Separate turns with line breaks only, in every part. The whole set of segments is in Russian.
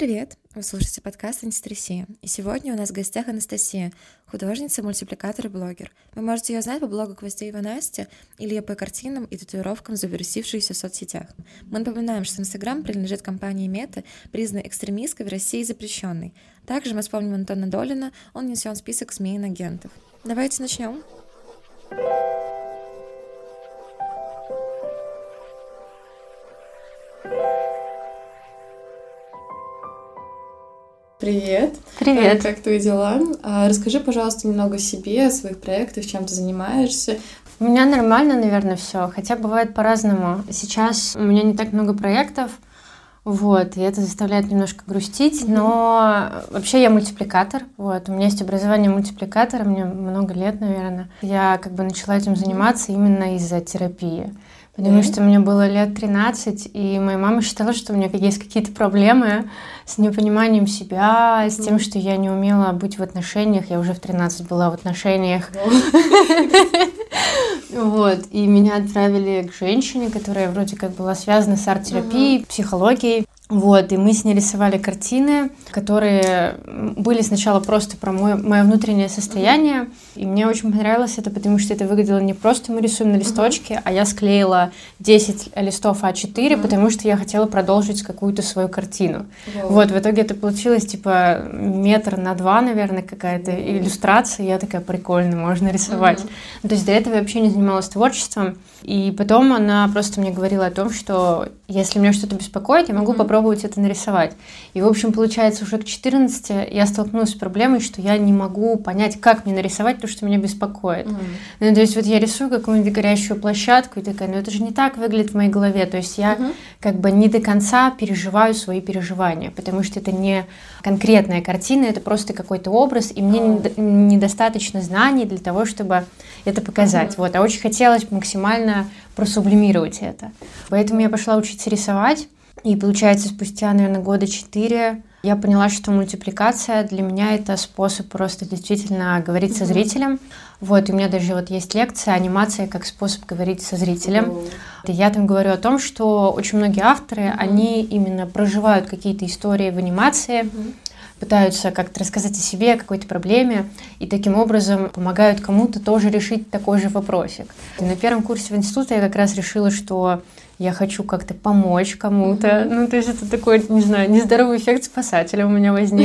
Всем привет! Вы слушаете подкаст «Антистресия». И сегодня у нас в гостях Анастасия, художница, мультипликатор и блогер. Вы можете ее знать по блогу Гвоздеева Настя или по картинам и татуировкам, завирусившихся в соцсетях. Мы напоминаем, что Инстаграм принадлежит компании Мета, признанной экстремистской в России и запрещенной. Также мы вспомним Антона Долина, он внесен в список СМИ агентов. Давайте начнем.
Привет.
Привет.
Как твои дела? Расскажи, пожалуйста, немного о себе, о своих проектах, чем ты занимаешься.
У меня нормально, наверное, все, хотя бывает по-разному. Сейчас у меня не так много проектов, и это заставляет немножко грустить, но вообще я мультипликатор, у меня есть образование мультипликатора, мне много лет, наверное. Я начала этим заниматься именно из-за терапии. Потому что мне было лет 13, и моя мама считала, что у меня есть какие-то проблемы с непониманием себя, с тем, что я не умела быть в отношениях. Я уже в 13 была в отношениях. И меня отправили к женщине, которая вроде как была связана с арт-терапией, психологией. И мы с ней рисовали картины, которые были сначала просто про мое внутреннее состояние. И мне очень понравилось это, потому что это выглядело не просто мы рисуем на листочке, а я склеила 10 листов А4, потому что я хотела продолжить какую-то свою картину. В итоге это получилось типа 1 метр на 2, наверное, какая-то иллюстрация. И я такая, прикольно, можно рисовать. То есть до этого я вообще не занималась творчеством. И потом она просто мне говорила о том, что если меня что-то беспокоит, я могу попробовать это нарисовать. И, в общем, получается, уже к 14 я столкнулась с проблемой, что я не могу понять, как мне нарисовать то, что меня беспокоит. То есть я рисую какую-нибудь горящую площадку и такая, это же не так выглядит в моей голове. То есть я не до конца переживаю свои переживания, потому что это не конкретная картина, это просто какой-то образ, и мне недостаточно знаний для того, чтобы это показать. А очень хотелось максимально просублимировать это. Поэтому я пошла учиться рисовать, и получается, спустя, наверное, 4 года я поняла, что мультипликация для меня это способ просто действительно говорить со зрителем. И у меня даже есть лекция «Анимация как способ говорить со зрителем». И я там говорю о том, что очень многие авторы, они именно проживают какие-то истории в анимации, пытаются как-то рассказать о себе, о какой-то проблеме, и таким образом помогают кому-то тоже решить такой же вопросик. И на первом курсе в институте я как раз решила, что я хочу как-то помочь кому-то. То есть это такой, не знаю, нездоровый эффект спасателя у меня возник.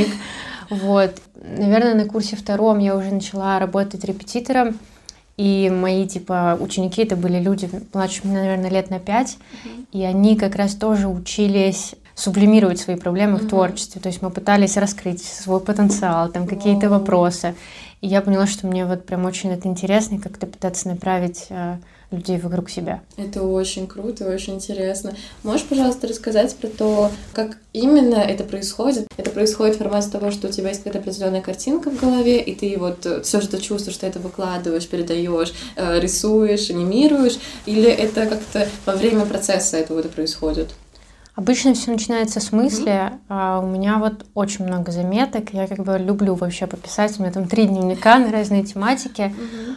Наверное, на курсе 2 я уже начала работать репетитором, и мои, ученики, это были люди младше меня, наверное, лет на 5, и они как раз тоже учились сублимировать свои проблемы в творчестве. То есть мы пытались раскрыть свой потенциал, какие-то вопросы. И я поняла, что мне прям очень это интересно, и как-то пытаться направить людей вокруг себя.
Это очень круто, очень интересно. Можешь, пожалуйста, рассказать про то, как именно это происходит? Это происходит в формате того, что у тебя есть какая-то определенная картинка в голове, и ты все, что ты чувствуешь, ты это выкладываешь, передаешь, рисуешь, анимируешь, или это как-то во время процесса это происходит?
Обычно все начинается с мысли. У меня очень много заметок. Я люблю вообще пописать. У меня там 3 дневника на разные тематики.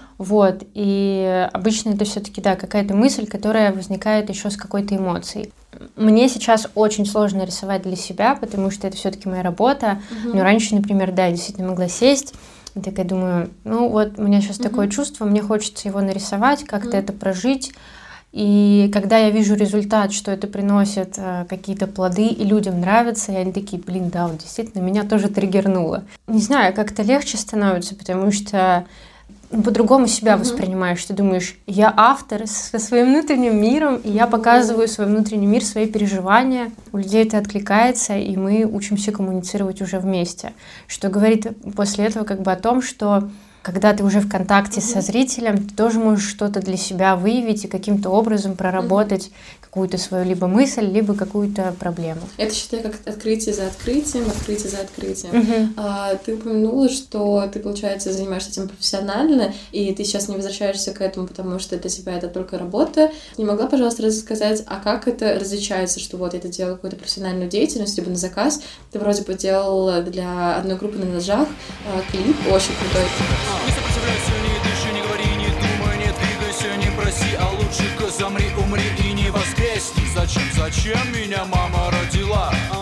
И обычно это все-таки, какая-то мысль, которая возникает еще с какой-то эмоцией. Мне сейчас очень сложно рисовать для себя, потому что это все-таки моя работа. Но раньше, например, я действительно могла сесть. И такая думаю, у меня сейчас такое чувство, мне хочется его нарисовать, как-то это прожить. И когда я вижу результат, что это приносит какие-то плоды, и людям нравится, и они такие, действительно, меня тоже триггернуло. Не знаю, как-то легче становится, потому что по-другому себя воспринимаешь. Ты думаешь, я автор со своим внутренним миром, и я показываю свой внутренний мир, свои переживания. У людей это откликается, и мы учимся коммуницировать уже вместе. Что говорит после этого о том, что когда ты уже в контакте со зрителем, ты тоже можешь что-то для себя выявить и каким-то образом проработать какую-то свою либо мысль, либо какую-то проблему.
Это, считай, как открытие за открытием, открытие за открытием. Ты упомянула, что ты, получается, занимаешься этим профессионально, и ты сейчас не возвращаешься к этому, потому что для тебя это только работа. Не могла, пожалуйста, рассказать, а как это различается, что я делаю какую-то профессиональную деятельность, либо на заказ. Ты вроде бы делала для одной группы на ножах клип, очень крутой.
Не сопротивляйся, не дыши, не говори, не думай, не двигайся, не проси, а лучше-ка замри, умри и не воскресни. Зачем меня мама родила?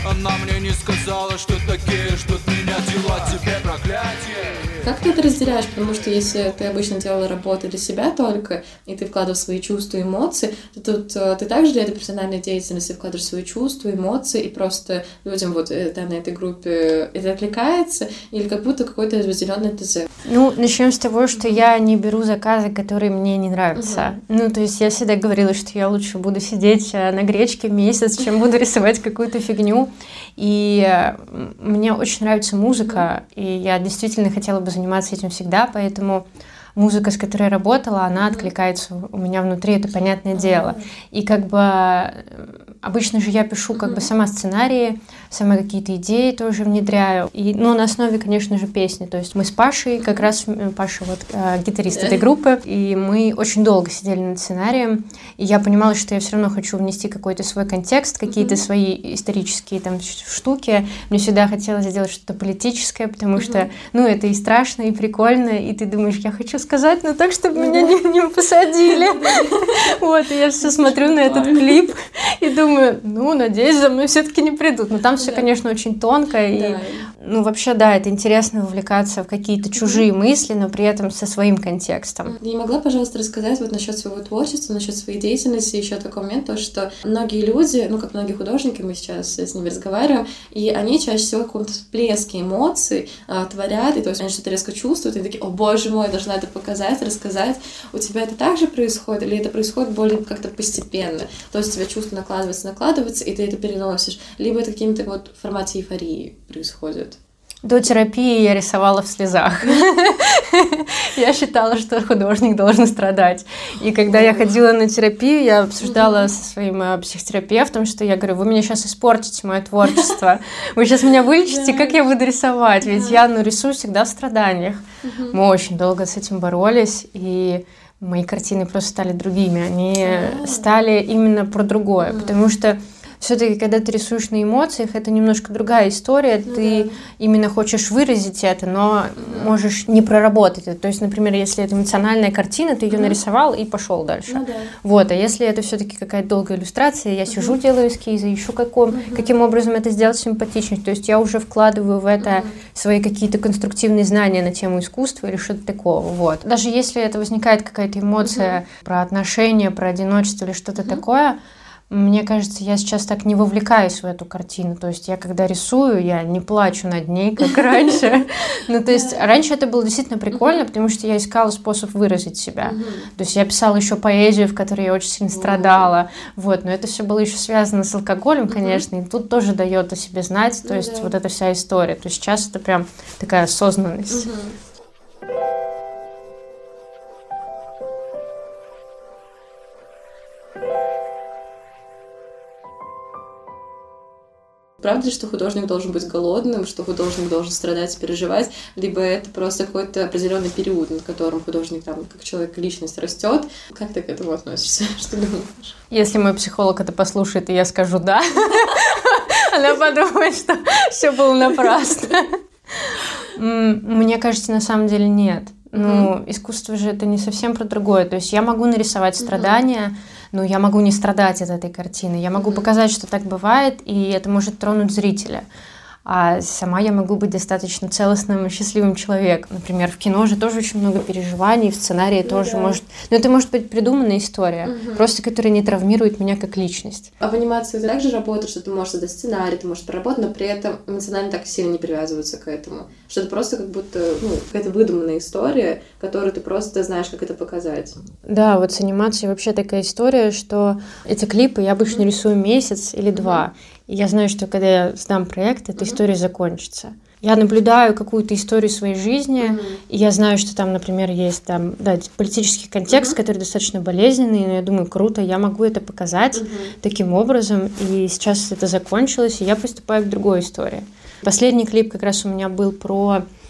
Она мне не сказала, что такие ждут меня дела, тебе проклятие.
Как ты это разделяешь? Потому что если ты обычно делала работу для себя только, и ты вкладывал свои чувства, эмоции, то тут ты также для этой профессиональной деятельности вкладываешь свои чувства, эмоции, и просто людям вот на этой группе это откликается, или как будто какой-то разделенный ТЗ?
Ну, начнем с того, что я не беру заказы, которые мне не нравятся. Ну, то есть я всегда говорила, что я лучше буду сидеть на гречке месяц, чем буду рисовать какую-то фигню. И мне очень нравится музыка, и я действительно хотела бы заниматься этим всегда, поэтому музыка, с которой я работала, она откликается у меня внутри, это понятное дело. И как бы обычно же я пишу как бы сама сценарии, сама какие-то идеи тоже внедряю. И, ну, на основе, конечно же, песни. То есть мы с Пашей, как раз Паша вот гитарист этой группы, и мы очень долго сидели над сценарием, и я понимала, что я все равно хочу внести какой-то свой контекст, какие-то свои исторические там штуки. Мне всегда хотелось сделать что-то политическое, потому что, ну, это и страшно, и прикольно, и ты думаешь, я хочу сказать, но так, чтобы меня не посадили. Вот, и я все смотрю на этот клип и думаю, ну, надеюсь, за мной все-таки не придут. Но там все, конечно, очень тонко. И, ну, вообще, да, это интересно вовлекаться в какие-то чужие мысли, но при этом со своим контекстом.
Не могла, пожалуйста, рассказать вот насчет своего творчества, насчет своей деятельности, еще такой момент, то, что многие люди, ну, как многие художники, мы сейчас с ними разговариваем, и они чаще всего в каком-то всплеске эмоций творят, и то есть они что-то резко чувствуют, и такие, о, боже мой, я должна это показать, рассказать. У тебя это также происходит, или это происходит более как-то постепенно? То есть у тебя чувство накладывается, и ты это переносишь, либо это каким-то вот в формате эйфории происходит?
До терапии я рисовала в слезах. Я считала, что художник должен страдать. И когда я ходила на терапию, я обсуждала со своим психотерапевтом, что я говорю, вы меня сейчас испортите, мое творчество. Вы сейчас меня вылечите, как я буду рисовать? Ведь я рисую всегда в страданиях. Мы очень долго с этим боролись, и мои картины просто стали другими. Они стали именно про другое, потому что все-таки, когда ты рисуешь на эмоциях, это немножко другая история. Ты именно хочешь выразить это, но можешь не проработать это. То есть, например, если это эмоциональная картина, ты ее нарисовал и пошел дальше. Вот. А если это все-таки какая-то долгая иллюстрация, я сижу, делаю эскизы, ищу каким образом это сделать симпатичнее. То есть я уже вкладываю в это свои какие-то конструктивные знания на тему искусства или что-то такого. Вот. Даже если это возникает какая-то эмоция про отношения, про одиночество или что-то такое, мне кажется, я сейчас так не вовлекаюсь в эту картину. То есть я, когда рисую, я не плачу над ней, как раньше. Ну, то есть раньше это было действительно прикольно, потому что я искала способ выразить себя. То есть я писала еще поэзию, в которой я очень сильно страдала. Вот, но это все было еще связано с алкоголем, конечно, и тут тоже дает о себе знать. То есть вот эта вся история. То есть сейчас это прям такая осознанность.
Правда ли, что художник должен быть голодным, что художник должен страдать, переживать, либо это просто какой-то определенный период, над которым художник там, как человек, личность растет? Как ты к этому относишься? Что думаешь?
Если мой психолог это послушает, и я скажу «да», она подумает, что все было напрасно. Мне кажется, на самом деле нет. Ну, искусство же это не совсем про другое. То есть я могу нарисовать страдания, но я могу не страдать от этой картины. Я могу показать, что так бывает, и это может тронуть зрителя. А сама я могу быть достаточно целостным и счастливым человеком. Например, в кино же тоже очень много переживаний, в сценарии тоже может... Но это может быть придуманная история, просто которая не травмирует меня как личность.
А в анимации ты также работаешь, что ты можешь создать сценарий, ты можешь проработать, но при этом эмоционально так сильно не привязываться к этому. Что это просто как будто какая-то выдуманная история, которую ты просто знаешь, как это показать.
Да, вот с анимацией вообще такая история, что эти клипы я обычно рисую месяц или два. И я знаю, что когда я сдам проект, эта история закончится. Я наблюдаю какую-то историю своей жизни, и я знаю, что там, например, есть там, политический контекст, который достаточно болезненный, но я думаю, круто, я могу это показать таким образом, и сейчас это закончилось, и я приступаю к другой истории. Последний клип как раз у меня был про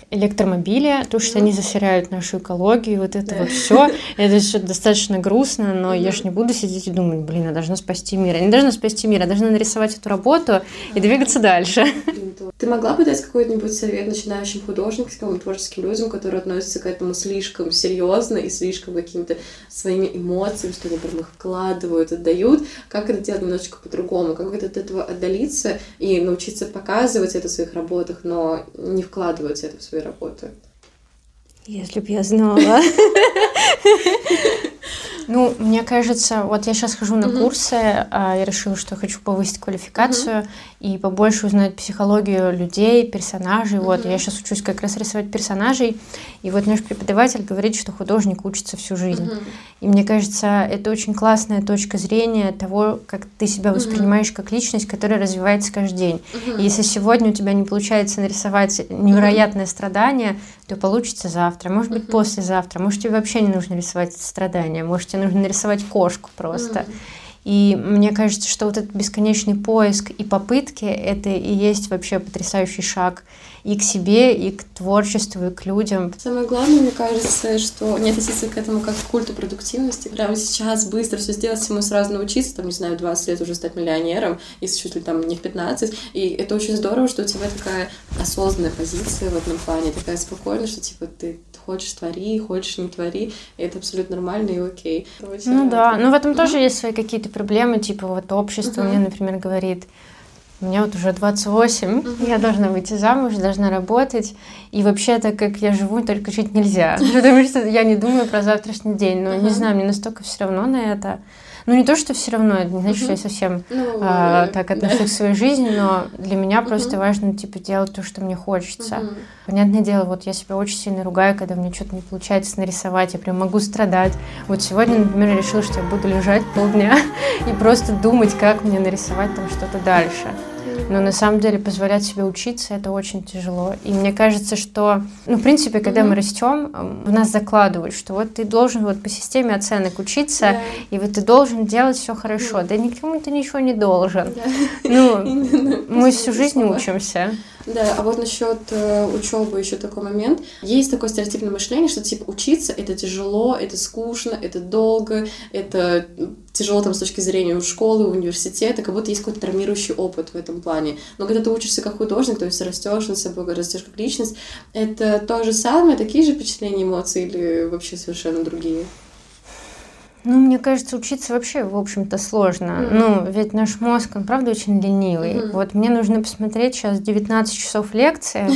электромобили, то, что они засоряют нашу экологию, вот это вот все. Это все достаточно грустно, но я же не буду сидеть и думать, блин, я должна спасти мир. Я не должна спасти мир, я должна нарисовать эту работу и двигаться дальше.
Ты могла бы дать какой-нибудь совет начинающим художникам, творческим людям, которые относятся к этому слишком серьезно и слишком каким-то своими эмоциями, что они прям их вкладывают, отдают? Как это делать немножечко по-другому? Как от этого отдалиться и научиться показывать это в своих работах, но не вкладывать это в свои работы?
Если б я знала. Ну, мне кажется, вот я сейчас хожу на курсы, я решила, что хочу повысить квалификацию и побольше узнать психологию людей, персонажей. Вот, я сейчас учусь как раз рисовать персонажей, и вот наш преподаватель говорит, что художник учится всю жизнь. И мне кажется, это очень классная точка зрения того, как ты себя воспринимаешь как личность, которая развивается каждый день. И если сегодня у тебя не получается нарисовать невероятное страдание, то получится завтра, может быть, послезавтра. Может, тебе вообще не нужно рисовать страдания, может, тебе нужно нарисовать кошку просто. И мне кажется, что вот этот бесконечный поиск и попытки — это и есть вообще потрясающий шаг и к себе, и к творчеству, и к людям.
Самое главное, мне кажется, что не относиться к этому как к культу продуктивности. Прямо сейчас быстро все сделать, всему сразу научиться, там, не знаю, 20 лет уже стать миллионером, если чуть ли там не в 15. И это очень здорово, что у тебя такая осознанная позиция в этом плане, такая спокойная, что типа ты хочешь — твори, хочешь — не твори. И это абсолютно нормально и окей.
Ну да, но в этом тоже есть свои какие-то проблемы, типа вот общество мне, например, говорит: мне вот уже 28, я должна выйти замуж, должна работать, и вообще так как я живу, только жить нельзя, потому что я не думаю про завтрашний день, но не знаю, мне настолько все равно на это. Ну, не то, что все равно, это не значит, что я совсем так отношусь к своей жизни, но для меня просто важно, типа, делать то, что мне хочется. Понятное дело, вот я себя очень сильно ругаю, когда мне что-то не получается нарисовать, я прям могу страдать. Вот сегодня, например, я решила, что я буду лежать полдня и просто думать, как мне нарисовать там что-то дальше. Но на самом деле позволять себе учиться — это очень тяжело. И мне кажется, что, ну, в принципе, когда мы растем, в нас закладывают, что вот ты должен вот по системе оценок учиться, и вот ты должен делать все хорошо. Да никому ты ничего не должен. Ну, мы всю жизнь учимся.
Да, а вот насчет учебы еще такой момент. Есть такое стереотипное мышление, что типа учиться — это тяжело, это скучно, это долго, это тяжело там с точки зрения школы, университета, как будто есть какой-то травмирующий опыт в этом плане. Но когда ты учишься как художник, то есть растешь над собой, растешь как личность, это то же самое, такие же впечатления, эмоции или вообще совершенно другие?
Ну, мне кажется, учиться вообще, в общем-то, сложно. Ну, ведь наш мозг, он, правда, очень ленивый. Вот мне нужно посмотреть сейчас 19 часов лекции.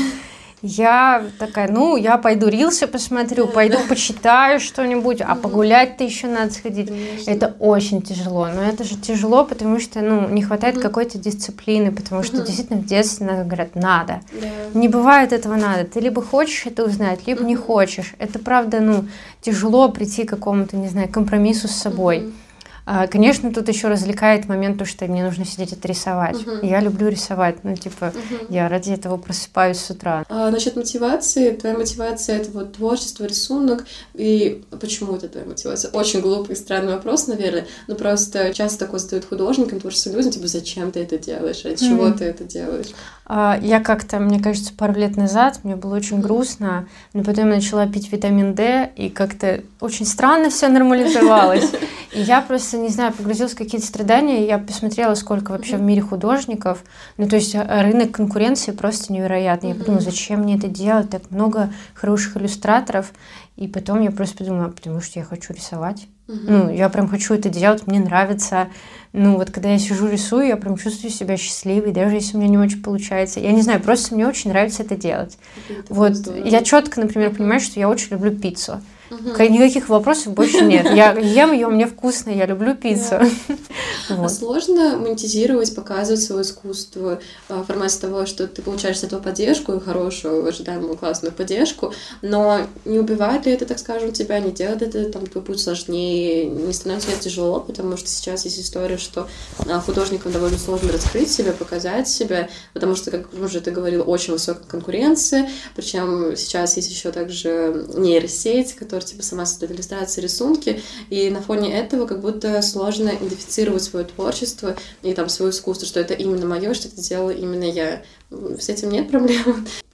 Я такая, ну, я пойду рилсы посмотрю, пойду почитаю что-нибудь, а погулять-то еще надо сходить. Конечно. Это очень тяжело. Но это же тяжело, потому что, ну, не хватает какой-то дисциплины, потому что действительно в детстве нам говорят, надо. Не бывает этого надо. Ты либо хочешь это узнать, либо не хочешь. Это, правда, ну, тяжело прийти к какому-то, не знаю, компромиссу с собой. Конечно, тут еще развлекает момент, то, что мне нужно сидеть и рисовать. Я люблю рисовать, ну, типа, я ради этого просыпаюсь с утра.
Насчет мотивации, твоя мотивация — это вот творчество, рисунок, и почему это твоя мотивация? Очень глупый и странный вопрос, наверное, но просто часто такое задают художникам, творческим людям, типа, зачем ты это делаешь, от чего ты это делаешь?
Я как-то, мне кажется, пару лет назад, мне было очень грустно, но потом я начала пить витамин D, и как-то очень странно все нормализовалось. И я просто, не знаю, погрузилась в какие-то страдания, и я посмотрела, сколько вообще в мире художников. Ну, то есть рынок конкуренции просто невероятный. Я подумала, зачем мне это делать, так много хороших иллюстраторов. И потом я просто подумала, потому что я хочу рисовать. Ну, я прям хочу это делать, мне нравится. Ну, вот когда я сижу, рисую, я прям чувствую себя счастливой, даже если у меня не очень получается. Я не знаю, просто мне очень нравится это делать. Вот, я четко, например, понимаю, что я очень люблю пиццу. Никаких вопросов больше нет. Я ем ее, мне вкусно, я люблю пиццу.
А сложно монетизировать, показывать свое искусство в формате того, что ты получаешь с этого поддержку, хорошую, ожидаемую, классную поддержку, но не убивает ли это, так скажем, тебя, не делает это там твой путь сложнее, не становится ли это тяжело, потому что сейчас есть история, что художникам довольно сложно раскрыть себя, показать себя, потому что, как уже ты говорил, очень высокая конкуренция, причем сейчас есть еще также нейросеть, которая типа сама создает иллюстрации, рисунки, и на фоне этого как будто сложно идентифицировать свое творчество и там свое искусство, что это именно мое, что это делала именно я. С этим нет проблем.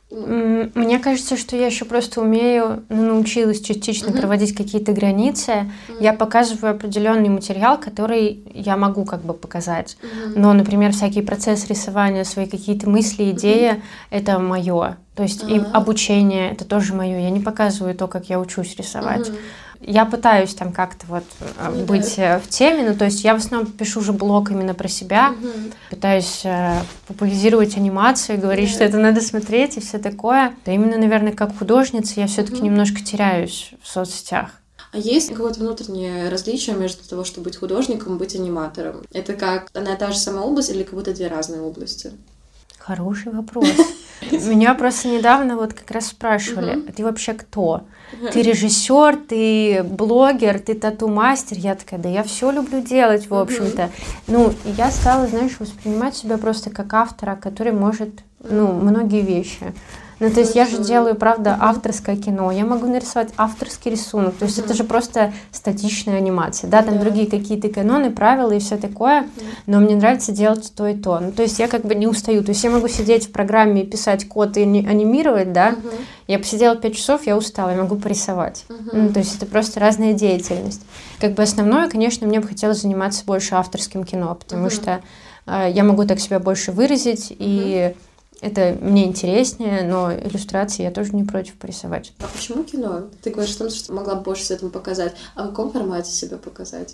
Мне кажется, что я еще просто умею, научилась частично проводить какие-то границы. Я показываю определенный материал, который я могу как бы показать. Но, например, всякий процесс рисования, свои какие-то мысли, идеи — это мое. То есть и обучение — это тоже мое. Я не показываю то, как я учусь рисовать. Я пытаюсь там как-то вот быть в теме, то есть я в основном пишу уже блог именно про себя, пытаюсь популяризировать анимацию, говорить, что это надо смотреть и все такое. Да именно, наверное, как художница я все-таки немножко теряюсь в соцсетях.
А есть какое-то внутреннее различие между того, чтобы быть художником и быть аниматором? Это как одна и та же самая область или как будто две разные области?
Хороший вопрос. Меня просто недавно вот как раз спрашивали, ты вообще кто? Ты режиссер, ты блогер, ты тату-мастер? Я такая, да я все люблю делать, в общем-то. И я стала, знаешь, воспринимать себя просто как автора, который может, многие вещи. То есть я же делаю, правда, авторское кино, я могу нарисовать авторский рисунок, то есть это же просто статичная анимация, да, там другие какие-то каноны, правила и все такое, но мне нравится делать то и то. То есть я как бы не устаю, то есть я могу сидеть в программе и писать код и анимировать, да, я посидела 5 часов, я устала, я могу порисовать. То есть это просто разная деятельность. Как бы основное, конечно, мне бы хотелось заниматься больше авторским кино, потому что я могу так себя больше выразить и... Это мне интереснее, но иллюстрации я тоже не против порисовать.
А почему кино? Ты говоришь о том, что могла бы больше с этим показать. А в каком формате себя показать?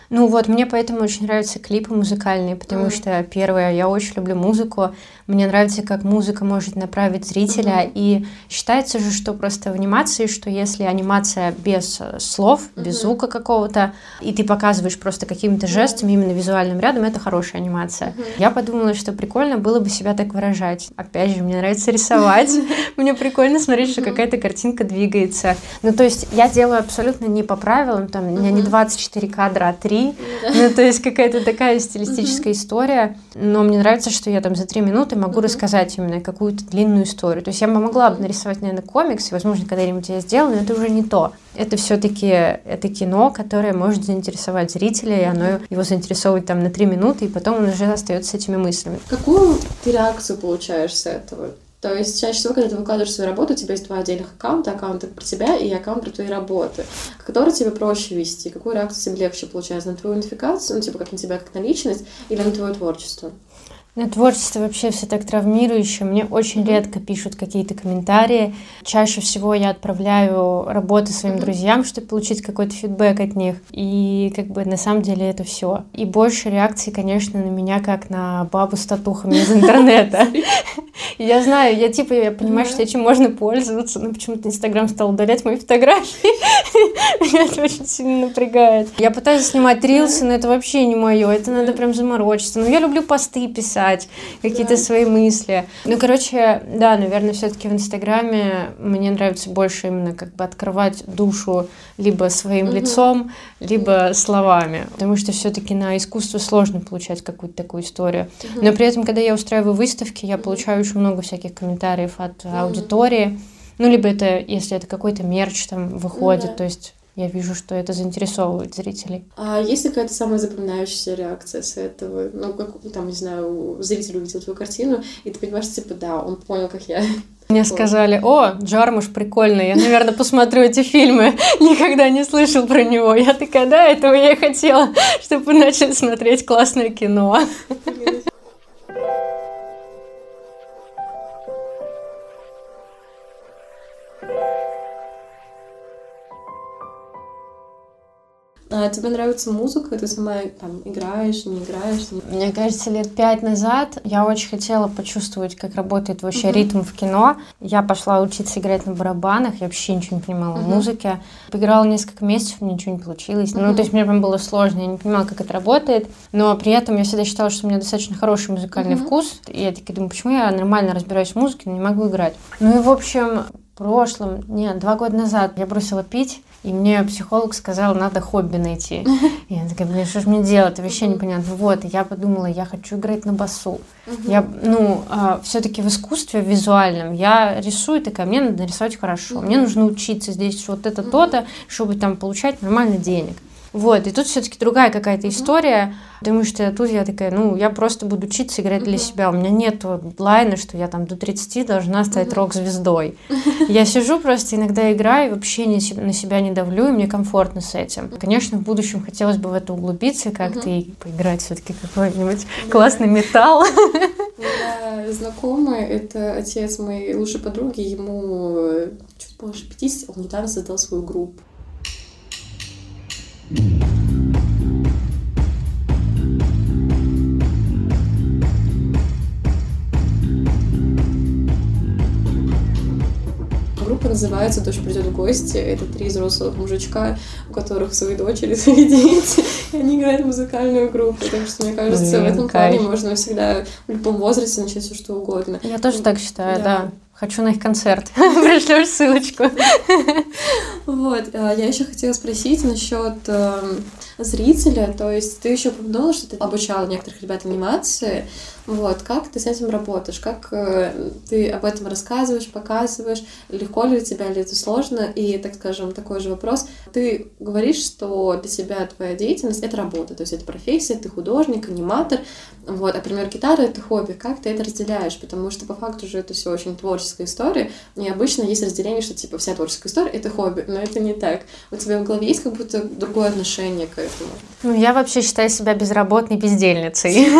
Мне поэтому очень нравятся клипы музыкальные, потому что, первое, я очень люблю музыку, мне нравится, как музыка может направить зрителя, и считается же, что просто в анимации, что если анимация без слов, без звука какого-то, и ты показываешь просто какими-то жестами, именно визуальным рядом, это хорошая анимация. Я подумала, что прикольно было бы себя так выражать. Опять же, мне нравится рисовать, мне прикольно смотреть, что какая-то картинка двигается. То есть я делаю абсолютно не по правилам, там, у меня не 24 кадра, а 3. То есть какая-то такая стилистическая история. Но мне нравится, что я там за 3 минуты могу рассказать именно какую-то длинную историю. То есть я могла бы нарисовать, наверное, комикс, и, возможно, когда-нибудь я сделаю, но это уже не то. Это все-таки это кино, которое может заинтересовать зрителя, и оно его заинтересовывает там на 3 минуты, и потом он уже остается с этими мыслями.
Какую ты реакцию получаешь с этого? То есть чаще всего, когда ты выкладываешь свою работу, у тебя есть 2 отдельных аккаунта, аккаунт про тебя и аккаунт про твои работы, который тебе проще вести, какую реакцию тебе легче получается, на твою идентификацию, как на тебя, как на личность, или на твое творчество?
Творчество вообще все так травмирующее. Мне очень редко пишут какие-то комментарии. Чаще всего я отправляю работы своим друзьям, чтобы получить какой-то фидбэк от них. И на самом деле это все. И больше реакций, конечно, на меня, как на бабу с татухами из интернета. Я знаю, я понимаю, что этим можно пользоваться, но почему-то Инстаграм стал удалять мои фотографии. Меня это очень сильно напрягает. Я пытаюсь снимать рилсы, но это вообще не мое. Это надо прям заморочиться. Но я люблю посты писать, какие-то свои мысли. Да, наверное, все-таки в Инстаграме мне нравится больше именно открывать душу либо своим лицом, либо словами. Потому что все-таки на искусство сложно получать какую-то такую историю. Но при этом, когда я устраиваю выставки, я получаю очень много всяких комментариев от аудитории. Либо это, если это какой-то мерч там выходит, то есть я вижу, что это заинтересовывает зрителей.
А есть ли какая-то самая запоминающаяся реакция с этого? Не знаю, зритель увидел твою картину, и ты понимаешь, да, он понял, как я.
Мне сказали, Джармуш прикольный, я, наверное, посмотрю эти фильмы. Никогда не слышал про него. Я такая, да, этого я и хотела, чтобы вы начали смотреть классное кино.
А тебе нравится музыка? Ты сама играешь, не играешь?
Мне кажется, 5 лет назад я очень хотела почувствовать, как работает вообще ритм в кино. Я пошла учиться играть на барабанах, я вообще ничего не понимала в музыке. Поиграла несколько месяцев, ничего не получилось. То есть мне прям было сложно, я не понимала, как это работает. Но при этом я всегда считала, что у меня достаточно хороший музыкальный вкус. И я такая думаю, почему я нормально разбираюсь в музыке, но не могу играть. И в общем... В прошлом, 2 года назад я бросила пить, и мне психолог сказал, надо хобби найти. И я такая, что же мне делать, вообще непонятно. И я подумала, я хочу играть на басу. Я, все-таки в искусстве визуальном я рисую, такая, мне надо нарисовать хорошо, мне нужно учиться здесь вот это то-то, чтобы там получать нормально денег. Вот, и тут все-таки другая какая-то история, потому что тут я такая, я просто буду учиться играть для себя. У меня нету лайна, что я там до 30 должна стать рок-звездой. Я сижу просто иногда играю, вообще на себя не давлю, и мне комфортно с этим. Конечно, в будущем хотелось бы в это углубиться как-то и поиграть все-таки какой-нибудь классный металл.
У меня знакомый, это отец моей лучшей подруги, ему чуть больше 50, он недавно создал свою группу. Группа называется «Дождь придет в гости». Это 3 взрослых мужичка, у которых свои дочери, свои дети, и они играют в музыкальную группу. Так что, мне кажется, в этом плане можно всегда в любом возрасте начать все что угодно.
Я тоже так считаю, да. Хочу на их концерт. Пришлёшь ссылочку.
Вот. Я еще хотела спросить насчет зрителя. То есть ты еще упомянула, что ты обучала некоторых ребят анимации. Вот. Как ты с этим работаешь? Как ты об этом рассказываешь, показываешь? Легко ли у тебя, или это сложно? И, так скажем, такой же вопрос. Ты говоришь, что для тебя твоя деятельность — это работа, то есть это профессия, ты художник, аниматор. Вот. А, например, гитара — это хобби. Как ты это разделяешь? Потому что, по факту же, это все очень творческая история. И обычно есть разделение, что, типа, вся творческая история — это хобби. Но это не так. У тебя в голове есть как будто другое отношение к этому?
Я вообще считаю себя безработной бездельницей.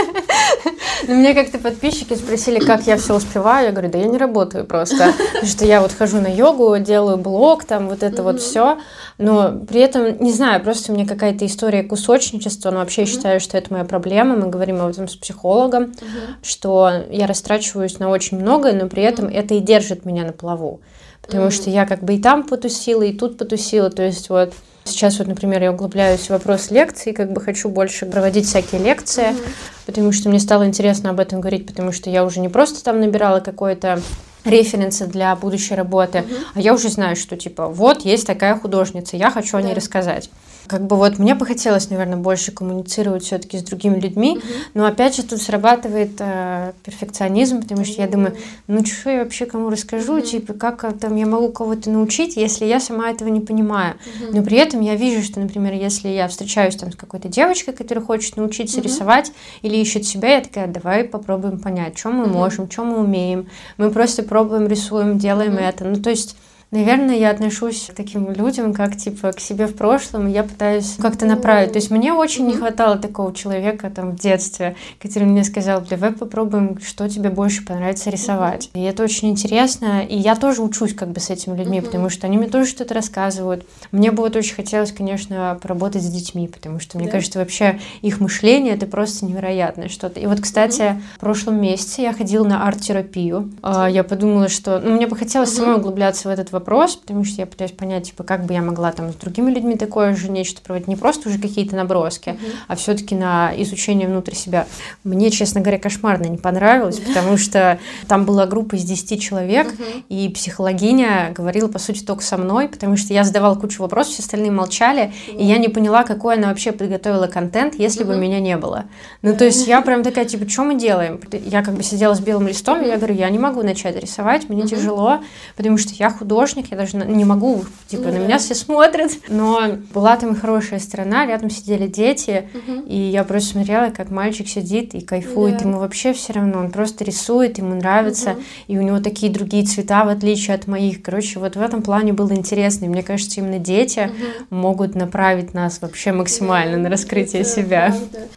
Но меня как-то подписчики спросили, как я все успеваю. Я говорю, да я не работаю просто. Потому что я вот хожу на йогу, делаю блог, там вот это вот все. Но при этом, не знаю, просто у меня какая-то история кусочничества. Но вообще я считаю, что это моя проблема. Мы говорим об этом с психологом, что я растрачиваюсь на очень многое, но при этом это и держит меня на плаву. Потому что я как бы и там потусила, и тут потусила. То есть вот сейчас вот, например, я углубляюсь в вопрос лекций, как бы хочу больше проводить всякие лекции, потому что мне стало интересно об этом говорить, потому что я уже не просто там набирала какой-то референсы для будущей работы, а я уже знаю, что типа вот есть такая художница, я хочу о ней рассказать. Как бы вот мне бы хотелось, наверное, больше коммуницировать все-таки с другими людьми, но опять же тут срабатывает перфекционизм, потому что я думаю, что я вообще кому расскажу, типа как там я могу кого-то научить, если я сама этого не понимаю. Но при этом я вижу, что, например, если я встречаюсь там с какой-то девочкой, которая хочет научиться рисовать или ищет себя, я такая, давай попробуем понять, что мы можем, что мы умеем. Мы просто пробуем, рисуем, делаем это. Ну, то есть, наверное, я отношусь к таким людям, как, типа, к себе в прошлом, и я пытаюсь как-то направить. То есть мне очень не хватало такого человека там в детстве, который мне сказал, давай попробуем, что тебе больше понравится рисовать. И это очень интересно, и я тоже учусь как бы с этими людьми, потому что они мне тоже что-то рассказывают. Мне бы вот очень хотелось, конечно, поработать с детьми, потому что, мне кажется, вообще их мышление — это просто невероятное что-то. И вот, кстати, в прошлом месяце я ходила на арт-терапию. Я подумала, что мне бы хотелось самой углубляться в этот вопрос, потому что я пытаюсь понять, типа, как бы я могла там с другими людьми такое же нечто проводить, не просто уже какие-то наброски, а все-таки на изучение внутрь себя. Мне, честно говоря, кошмарно не понравилось, потому что там была группа из 10 человек, и психологиня говорила, по сути, только со мной, потому что я задавала кучу вопросов, все остальные молчали, и я не поняла, какой она вообще подготовила контент, если бы меня не было. Ну, то есть я прям такая, типа, что мы делаем? Я как бы сидела с белым листом, и я говорю, я не могу начать рисовать, мне тяжело, потому что я художник, я даже не могу, типа, на меня все смотрят. Но была там и хорошая сторона, рядом сидели дети, и я просто смотрела, как мальчик сидит и кайфует, ему вообще все равно, он просто рисует, ему нравится, и у него такие другие цвета, в отличие от моих. Короче, вот в этом плане было интересно, и мне кажется, именно дети могут направить нас вообще максимально на раскрытие себя.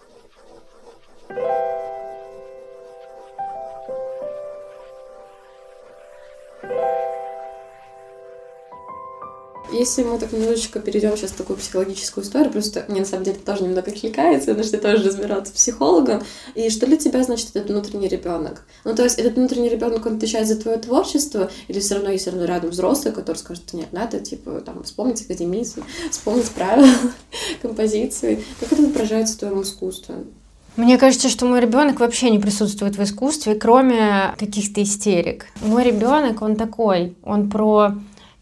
Если мы так немножечко перейдем сейчас в такую психологическую историю, просто мне на самом деле тоже немного откликается, потому что я тоже разбиралась с психологом. И что для тебя значит этот внутренний ребенок? Ну, то есть этот внутренний ребенок, он отвечает за твое творчество, или все равно есть рядом взрослый, который скажет, нет, надо, типа, там, вспомнить академизм, вспомнить правила композиции. Как это отображается в твоем искусстве?
Мне кажется, что мой ребенок вообще не присутствует в искусстве, кроме каких-то истерик. Мой ребенок, он такой, он про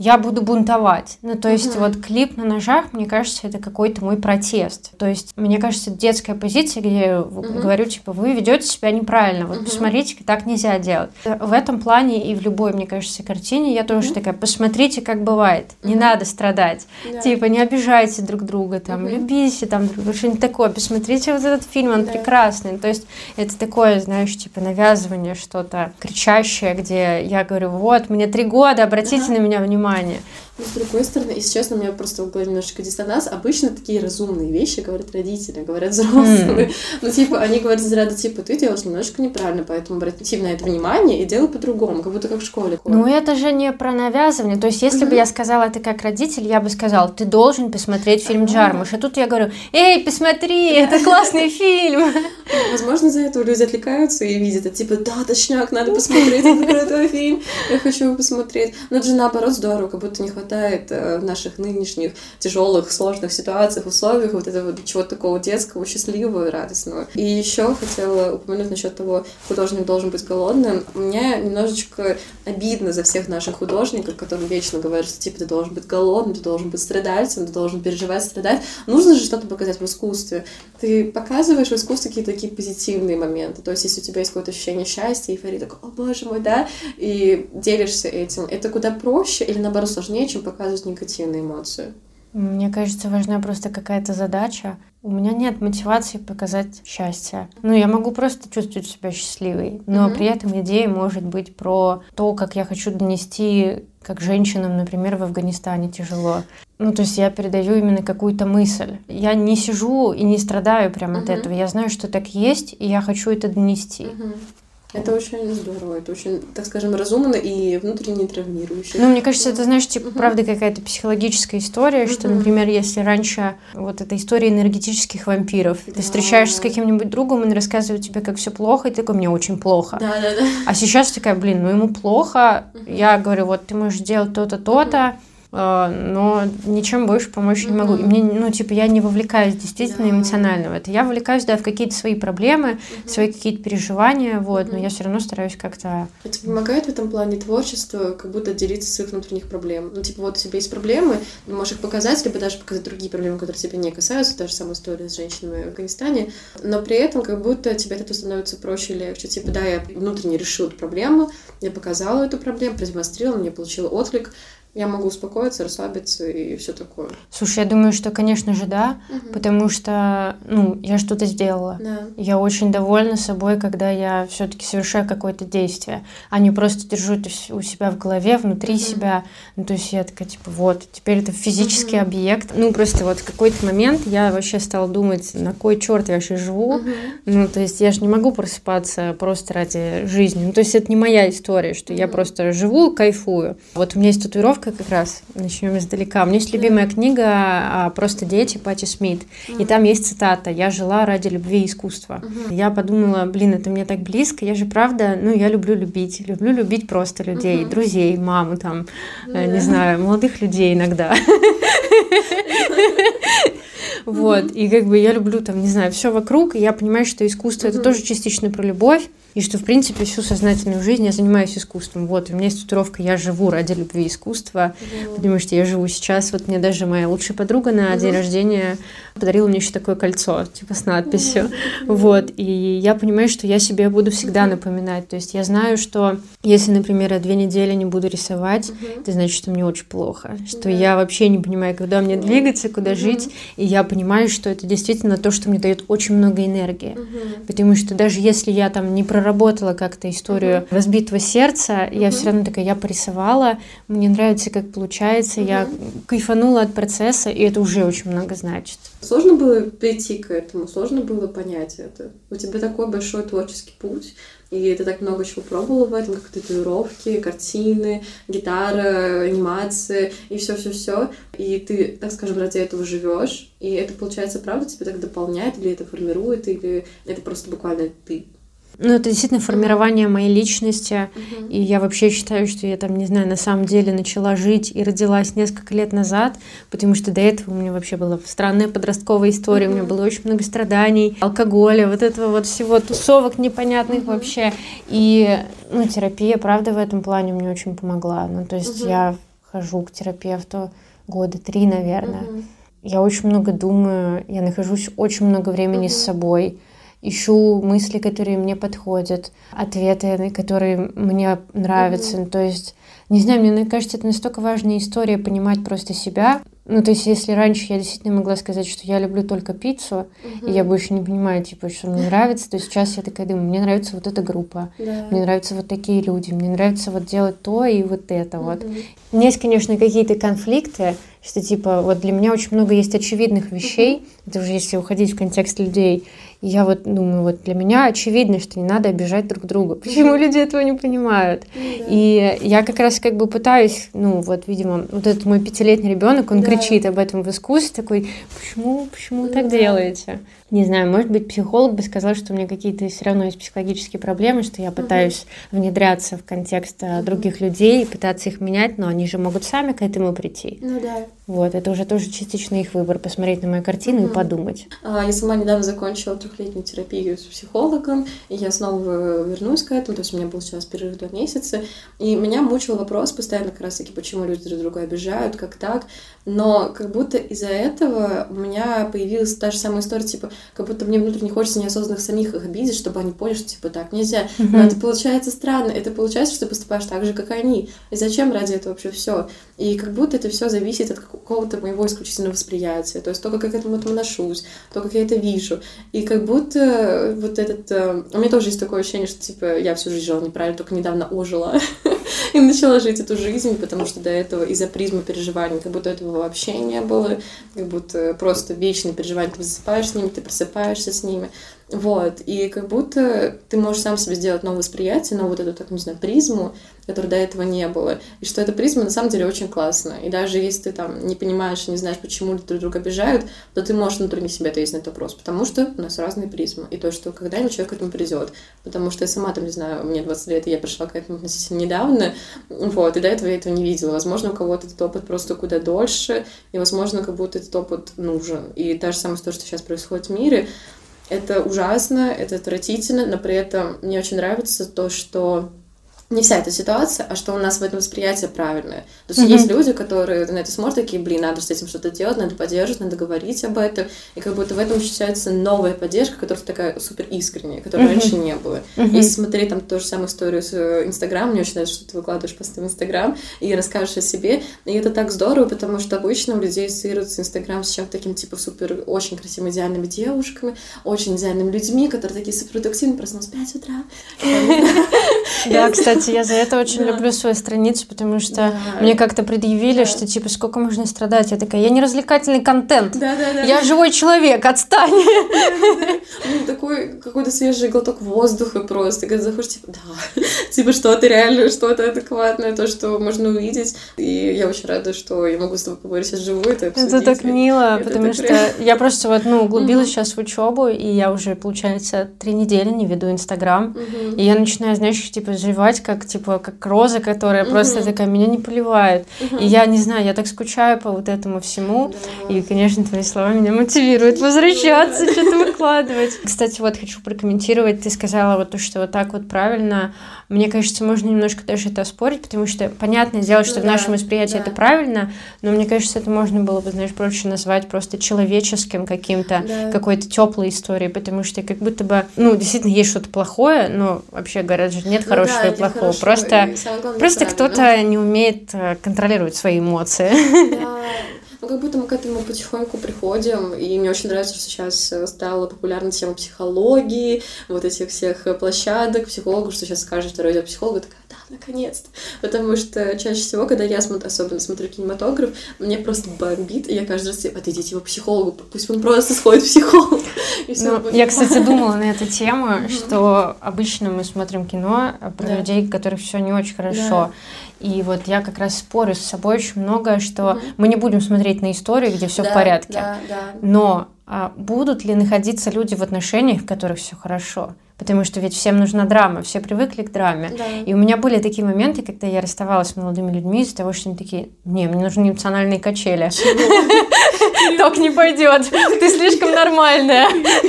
я буду бунтовать. Ну, то есть вот клип на ножах, мне кажется, это какой-то мой протест. То есть, мне кажется, это детская позиция, где я говорю, типа, вы ведете себя неправильно, вот посмотрите, так нельзя делать. В этом плане и в любой, мне кажется, картине я тоже такая, посмотрите, как бывает, не надо страдать. Типа, не обижайте друг друга, там, любите там друг друга, что-нибудь такое. Посмотрите вот этот фильм, он прекрасный. То есть, это такое, знаешь, типа, навязывание, что-то кричащее, где я говорю, вот, мне 3 года, обратите на меня внимание.
Но с другой стороны, если честно, у меня просто в голове немножечко диссонанс. Обычно такие разумные вещи говорят родители, говорят взрослые. Ну, типа, они говорят из ряда, типа, ты делаешь немножечко неправильно, поэтому обрати на это внимание и делай по-другому, как будто как в школе.
Ну, это же не про навязывание. То есть, если бы я сказала это как родитель, я бы сказала, ты должен посмотреть фильм «Джармуш». А тут я говорю, эй, посмотри, это классный фильм.
Возможно, из-за этого люди отвлекаются и видят, это типа, да, точняк, надо посмотреть этот крутой фильм, я хочу его посмотреть. Но это же наоборот здорово, как будто не хватает в наших нынешних тяжелых, сложных ситуациях, условиях вот этого чего-то такого детского, счастливого и радостного. И еще хотела упомянуть насчет того, художник должен быть голодным. Мне немножечко обидно за всех наших художников, которые вечно говорят, что типа ты должен быть голодным, ты должен быть страдальцем, ты должен переживать, страдать. Нужно же что-то показать в искусстве. Ты показываешь в искусстве какие-то такие позитивные моменты. То есть, если у тебя есть какое-то ощущение счастья, эйфории, такой, о боже мой, да, и делишься этим, это куда проще или наоборот сложнее, чем показывать негативные эмоции?
Мне кажется, важна просто какая-то задача. У меня нет мотивации показать счастье. Ну, я могу просто чувствовать себя счастливой, но при этом идея может быть про то, как я хочу донести, как женщинам, например, в Афганистане тяжело. Ну, то есть я передаю именно какую-то мысль. Я не сижу и не страдаю прямо от этого. Я знаю, что так есть, и я хочу это донести.
Это очень здорово, это очень, так скажем, разумно и внутренне травмирующе.
Ну, мне кажется, это, знаешь, типа, правда, какая-то психологическая история, что, например, если раньше вот эта история энергетических вампиров, ты встречаешься с каким-нибудь другом, он рассказывает тебе, как все плохо, и ты такой, мне очень плохо. А сейчас такая, блин, ну ему плохо, я говорю, вот ты можешь делать то-то, то-то, но ничем больше помочь не могу. И мне, ну, типа, я не вовлекаюсь действительно эмоционально в это. Я вовлекаюсь, да, в какие-то свои проблемы, свои какие-то переживания, вот, но я все равно стараюсь как-то...
Это помогает в этом плане творчество, как будто делиться своих внутренних проблем. Ну, типа, вот у тебя есть проблемы, ты можешь их показать, либо даже показать другие проблемы, которые тебя не касаются, та же самая история с женщинами в Афганистане, но при этом как будто тебе это становится проще и легче. Типа, да, я внутренне решила эту проблему, я показала эту проблему, продемонстрировала, мне получила отклик, я могу успокоиться, расслабиться и все такое.
Слушай, я думаю, что, конечно же, да, потому что, ну, я что-то сделала.
Да.
Я очень довольна собой, когда я все-таки совершаю какое-то действие, а не просто держу это у себя в голове, внутри себя. Ну, то есть я такая, типа, вот, теперь это физический объект. Ну, просто вот в какой-то момент я вообще стала думать, на кой черт я вообще живу. Ну, то есть я же не могу просыпаться просто ради жизни. Ну, то есть это не моя история, что я просто живу, кайфую. Вот у меня есть татуировка как раз, начнем издалека. У меня есть любимая книга «Просто дети» Патти Смит, и там есть цитата «Я жила ради любви и искусства». Я подумала, блин, это мне так близко, я же правда, ну, я люблю любить просто людей, друзей, маму там, не знаю, молодых людей иногда. Вот, и как бы я люблю там, не знаю, все вокруг, и я понимаю, что искусство это тоже частично про любовь, и что, в принципе, всю сознательную жизнь я занимаюсь искусством. Вот, у меня есть татуировка «Я живу ради любви и искусства», потому что я живу сейчас. Вот мне даже моя лучшая подруга на день рождения подарила мне еще такое кольцо, типа с надписью. Вот, и я понимаю, что я себе буду всегда напоминать. То есть я знаю, что если, например, я 2 недели не буду рисовать, это значит, что мне очень плохо, что я вообще не понимаю, куда мне двигаться, куда жить, и я понимаю, что это действительно то, что мне дает очень много энергии. Потому что даже если я там не проработала как-то историю разбитого сердца, я все равно такая, я порисовала, мне нравится, как получается, я кайфанула от процесса, и это уже очень много значит.
Сложно было прийти к этому, сложно было понять это. У тебя такой большой творческий путь, и ты так много чего пробовала в этом, как татуировки, картины, гитара, анимация и все. И ты, так скажем, ради этого живешь, и это, получается, правда тебя так дополняет, или это формирует, или это просто буквально ты?
Ну, это действительно формирование моей личности, и я вообще считаю, что я там, не знаю, на самом деле начала жить и родилась несколько лет назад, потому что до этого у меня вообще была странная подростковая история, у меня было очень много страданий, алкоголя, вот этого вот всего, тусовок непонятных вообще, и, ну, терапия, правда, в этом плане мне очень помогла, ну, то есть я хожу к терапевту 3 года, наверное. Я очень много думаю, я нахожусь очень много времени с собой, ищу мысли, которые мне подходят, ответы, которые мне нравятся. То есть, не знаю, мне кажется, это настолько важная история понимать просто себя. Ну, то есть, если раньше я действительно могла сказать, что я люблю только пиццу, и я больше не понимаю, типа, что мне нравится, то сейчас я такая думаю, мне нравится вот эта группа, мне нравятся вот такие люди, мне нравится вот делать то и вот это вот. У меня есть, конечно, какие-то конфликты, что, типа, вот для меня очень много есть очевидных вещей, это уже если уходить в контекст людей, и я вот думаю, вот для меня очевидно, что не надо обижать друг друга. Почему люди этого не понимают? И я как раз как бы пытаюсь, ну вот, видимо, вот этот мой 5-летний ребенок, он кричит об этом в искусстве, такой, почему вы так делаете? Не знаю, может быть, психолог бы сказал, что у меня какие-то все равно есть психологические проблемы, что я пытаюсь внедряться в контекст других людей, пытаться их менять, но они же могут сами к этому прийти.
Ну да.
Вот, это уже тоже частично их выбор, посмотреть на мою картину и подумать.
Я сама недавно закончила 3-летнюю терапию с психологом, и я снова вернусь к этому, то есть у меня был сейчас перерыв 2 месяца, и меня мучил вопрос постоянно как раз-таки, почему люди друг друга обижают, как так, но как будто из-за этого у меня появилась та же самая история, типа, как будто мне внутренне хочется неосознанно самих их обидеть, чтобы они поняли, что типа так нельзя. Но это получается странно, это получается, что ты поступаешь так же, как и они. И зачем ради этого вообще все? И как будто это все зависит от какого-то моего исключительного восприятия, то есть то, как я к этому отношусь, то, как я это вижу. И как будто вот этот... У меня тоже есть такое ощущение, что типа я всю жизнь жила неправильно, только недавно ожила и начала жить эту жизнь, потому что до этого из-за призмы переживаний, как будто этого вообще не было, как будто просто вечные переживания, ты засыпаешь с ними, ты просыпаешься с ними, вот, и как будто ты можешь сам себе сделать новое восприятие, но вот эту, так, не знаю, призму, которой до этого не было, и что эта призма на самом деле очень классная, и даже если ты там не понимаешь, не знаешь, почему друг друга обижают, то ты можешь внутренне себе ответить на этот вопрос, потому что у нас разные призмы, и то, что когда-нибудь человек к этому придет, потому что я сама там, не знаю, мне 20 лет, и я пришла к этому относительно недавно, вот, и до этого я этого не видела, возможно, у кого-то этот опыт просто куда дольше, и, возможно, как будто этот опыт нужен, и та же самая история, что сейчас происходит в мире, это ужасно, это отвратительно, но при этом мне очень нравится то, что не вся эта ситуация, а что у нас в этом восприятие правильное. То есть есть люди, которые на это смотрят, такие, блин, надо с этим что-то делать, надо поддерживать, надо говорить об этом. И как будто в этом ощущается новая поддержка, которая такая супер искренняя, которой раньше не было. Если смотреть там ту же самую историю с Инстаграм, мне очень нравится, что ты выкладываешь посты в Инстаграм и расскажешь о себе. И это так здорово, потому что обычно у людей ассоциируется Инстаграм с чем-то таким, типа, супер, очень красивыми, идеальными девушками, очень идеальными людьми, которые такие суперпродуктивные, проснулись в 5 утра.
Да, кстати, я за это очень люблю свою страницу, потому что мне как-то предъявили, что типа сколько можно страдать. Я такая, я не развлекательный контент. Я живой человек, отстань.
Такой какой-то свежий глоток воздуха просто. Когда заходишь, типа, да, типа что-то реально, что-то адекватное, то, что можно увидеть. И я очень рада, что я могу с тобой поговорить сейчас вживую, это обсудить.
Это так мило, потому что я просто вот, углубилась сейчас в учебу, и я уже, получается, 3 недели не веду Инстаграм. И я начинаю, знаешь, типа, жевать как роза, которая просто такая, меня не поливает. И я не знаю, я так скучаю по вот этому всему. И, конечно, твои слова меня мотивируют возвращаться, что-то выкладывать. Кстати, вот хочу прокомментировать. Ты сказала вот то, что вот так вот правильно. Мне кажется, можно немножко даже это оспорить, потому что понятное дело, что в нашем восприятии это правильно, но мне кажется, это можно было бы, знаешь, проще назвать просто человеческим каким-то, какой-то теплой историей, потому что как будто бы, действительно есть что-то плохое, но вообще говорят же, нет хорошего и плохого. Просто кто-то не умеет контролировать свои эмоции.
Да. Как будто мы к этому потихоньку приходим, и мне очень нравится, что сейчас стала популярна тема психологии, вот этих всех площадок, психологов, что сейчас скажешь, второй идет психолог, такая, да, наконец-то. Потому что чаще всего, когда я особенно смотрю кинематограф, мне просто бомбит, и я каждый раз отойдите его к психологу, пусть он просто сходит к психологу.
Я, кстати, думала на эту тему, что обычно мы смотрим кино про людей, у которых все не очень хорошо. И вот я как раз спорю с собой очень много, что мы не будем смотреть на историю, где все в порядке. Но будут ли находиться люди в отношениях, в которых все хорошо? Потому что ведь всем нужна драма, все привыкли к драме.
Да.
И у меня были такие моменты, когда я расставалась с молодыми людьми из-за того, что они такие: не, мне нужны эмоциональные качели. Ток не пойдет, ты слишком нормальная.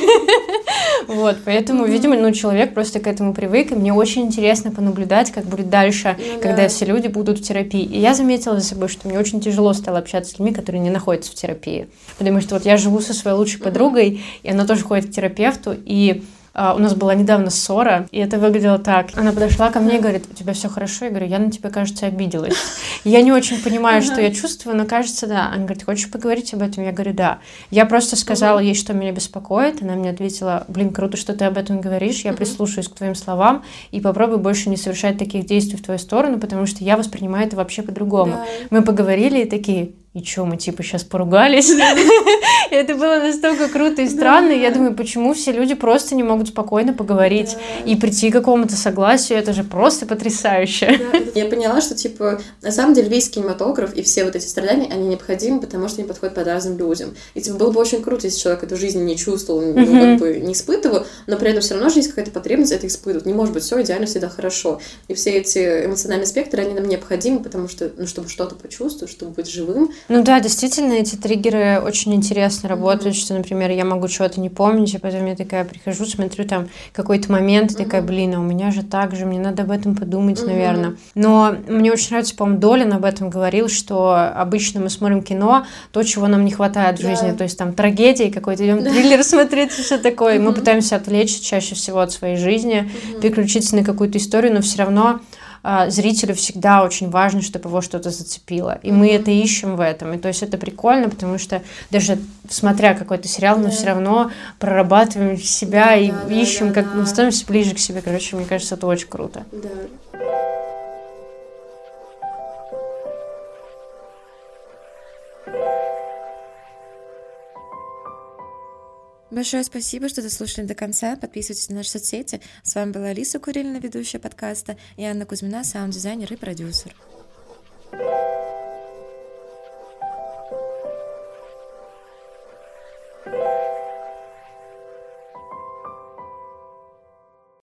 Вот, поэтому, видимо, человек просто к этому привык, и мне очень интересно понаблюдать, как будет дальше, когда все люди будут в терапии. И я заметила за собой, что мне очень тяжело стало общаться с людьми, которые не находятся в терапии. Потому что вот я живу со своей лучшей подругой, и она тоже ходит к терапевту, и у нас была недавно ссора, и это выглядело так. Она подошла ко мне и говорит: у тебя все хорошо? Я говорю: я на тебя, кажется, обиделась. Я не очень понимаю, что я чувствую, но кажется, да. Она говорит: хочешь поговорить об этом? Я говорю: да. Я просто сказала ей, что меня беспокоит. Она мне ответила: блин, круто, что ты об этом говоришь. Я прислушаюсь к твоим словам и попробую больше не совершать таких действий в твою сторону, потому что я воспринимаю это вообще по-другому.
Да.
Мы поговорили и такие: и чё, мы типа сейчас поругались? И это было настолько круто и странно. Я думаю, почему все люди просто не могут спокойно поговорить и прийти к какому-то согласию? Это же просто потрясающе.
Я поняла, что, типа, на самом деле весь кинематограф и все вот эти страдания, они необходимы, потому что они подходят под разным людям. И, типа, было бы очень круто, если человек эту жизнь не чувствовал, как бы не испытывал, но при этом все равно же есть какая-то потребность это испытывать. Не может быть все идеально всегда хорошо. И все эти эмоциональные спектры, они нам необходимы, потому что, чтобы что-то почувствовать, чтобы быть живым.
Ну да, действительно, эти триггеры очень интересно работают, что, например, я могу чего-то не помнить, а потом я такая прихожу, смотрю там какой-то момент, такая: блин, а у меня же так же, мне надо об этом подумать, наверное. Но мне очень нравится, по-моему, Долин об этом говорил, что обычно мы смотрим кино, то, чего нам не хватает в жизни, то есть там трагедии какой-то, идем триллер смотреть, все такое, мы пытаемся отвлечься чаще всего от своей жизни, переключиться на какую-то историю, но все равно зрителю всегда очень важно, чтобы его что-то зацепило. И мы это ищем в этом. И то есть это прикольно, потому что даже смотря какой-то сериал, мы все равно прорабатываем себя и ищем, как мы становимся ближе к себе. Короче, мне кажется, это очень круто.
Да.
Большое спасибо, что дослушали до конца. Подписывайтесь на наши соцсети. С вами была Алиса Курилина, ведущая подкаста, и Анна Кузьмина, саунд-дизайнер и продюсер.